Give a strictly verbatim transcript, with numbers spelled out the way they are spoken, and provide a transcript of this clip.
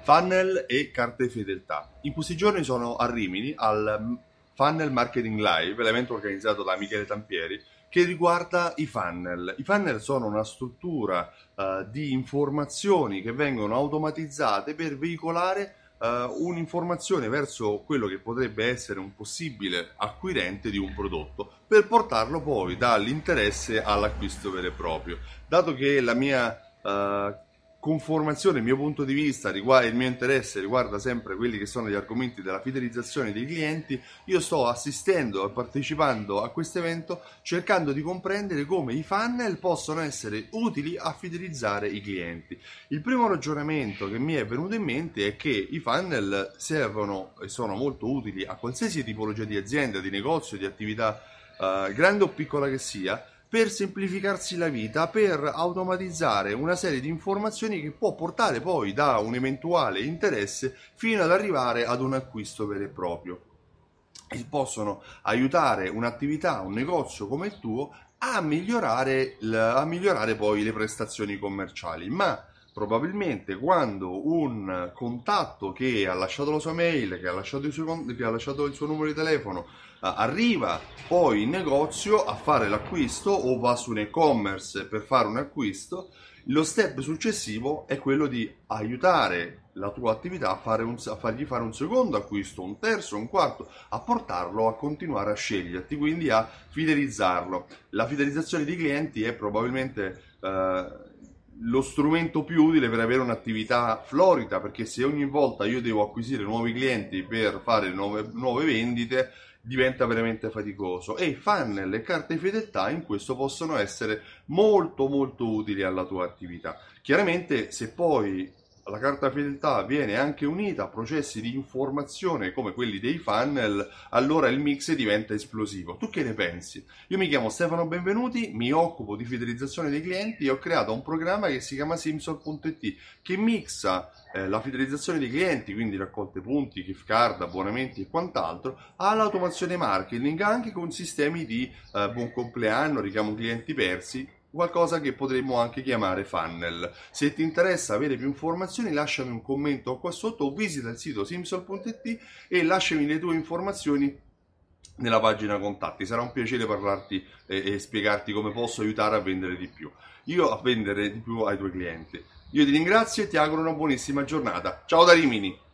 Funnel e carte fedeltà. In questi giorni sono a Rimini al Funnel Marketing Live, l'evento organizzato da Michele Tampieri, che riguarda i funnel. I funnel sono una struttura uh, di informazioni che vengono automatizzate per veicolare uh, un'informazione verso quello che potrebbe essere un possibile acquirente di un prodotto, per portarlo poi dall'interesse all'acquisto vero e proprio. Dato che la mia uh, conformazione, il mio punto di vista, riguarda il mio interesse, riguarda sempre quelli che sono gli argomenti della fidelizzazione dei clienti, io sto assistendo e partecipando a questo evento cercando di comprendere come i funnel possono essere utili a fidelizzare i clienti. Il primo ragionamento che mi è venuto in mente è che i funnel servono e sono molto utili a qualsiasi tipologia di azienda, di negozio, di attività, eh, grande o piccola che sia, per semplificarsi la vita, per automatizzare una serie di informazioni che può portare poi da un eventuale interesse fino ad arrivare ad un acquisto vero e proprio. E possono aiutare un'attività, un negozio come il tuo a migliorare, a migliorare poi le prestazioni commerciali. Ma probabilmente quando un contatto che ha lasciato la sua mail, che ha lasciato il suo, che ha lasciato il suo numero di telefono, uh, arriva poi in negozio a fare l'acquisto o va su un e-commerce per fare un acquisto, lo step successivo è quello di aiutare la tua attività a, fare un, a fargli fare un secondo acquisto, un terzo, un quarto, a portarlo a continuare a sceglierti, quindi a fidelizzarlo. La fidelizzazione dei clienti è probabilmente uh, lo strumento più utile per avere un'attività florida, perché se ogni volta io devo acquisire nuovi clienti per fare nuove, nuove vendite, diventa veramente faticoso. E funnel e carte fedeltà in questo possono essere molto molto utili alla tua attività. Chiaramente, se poi la carta fedeltà viene anche unita a processi di informazione come quelli dei funnel, allora il mix diventa esplosivo. Tu che ne pensi? Io mi chiamo Stefano Benvenuti, mi occupo di fidelizzazione dei clienti e ho creato un programma che si chiama Simsol punto it, che mixa eh, la fidelizzazione dei clienti, quindi raccolte punti, gift card, abbonamenti e quant'altro, all'automazione marketing, anche con sistemi di eh, buon compleanno, richiamo clienti persi, qualcosa che potremmo anche chiamare funnel. Se ti interessa avere più informazioni, lasciami un commento qua sotto o visita il sito simsol punto it e lasciami le tue informazioni nella pagina contatti. Sarà un piacere parlarti e, e spiegarti come posso aiutare a vendere di più. Io a vendere di più ai tuoi clienti. Io ti ringrazio e ti auguro una buonissima giornata. Ciao da Rimini!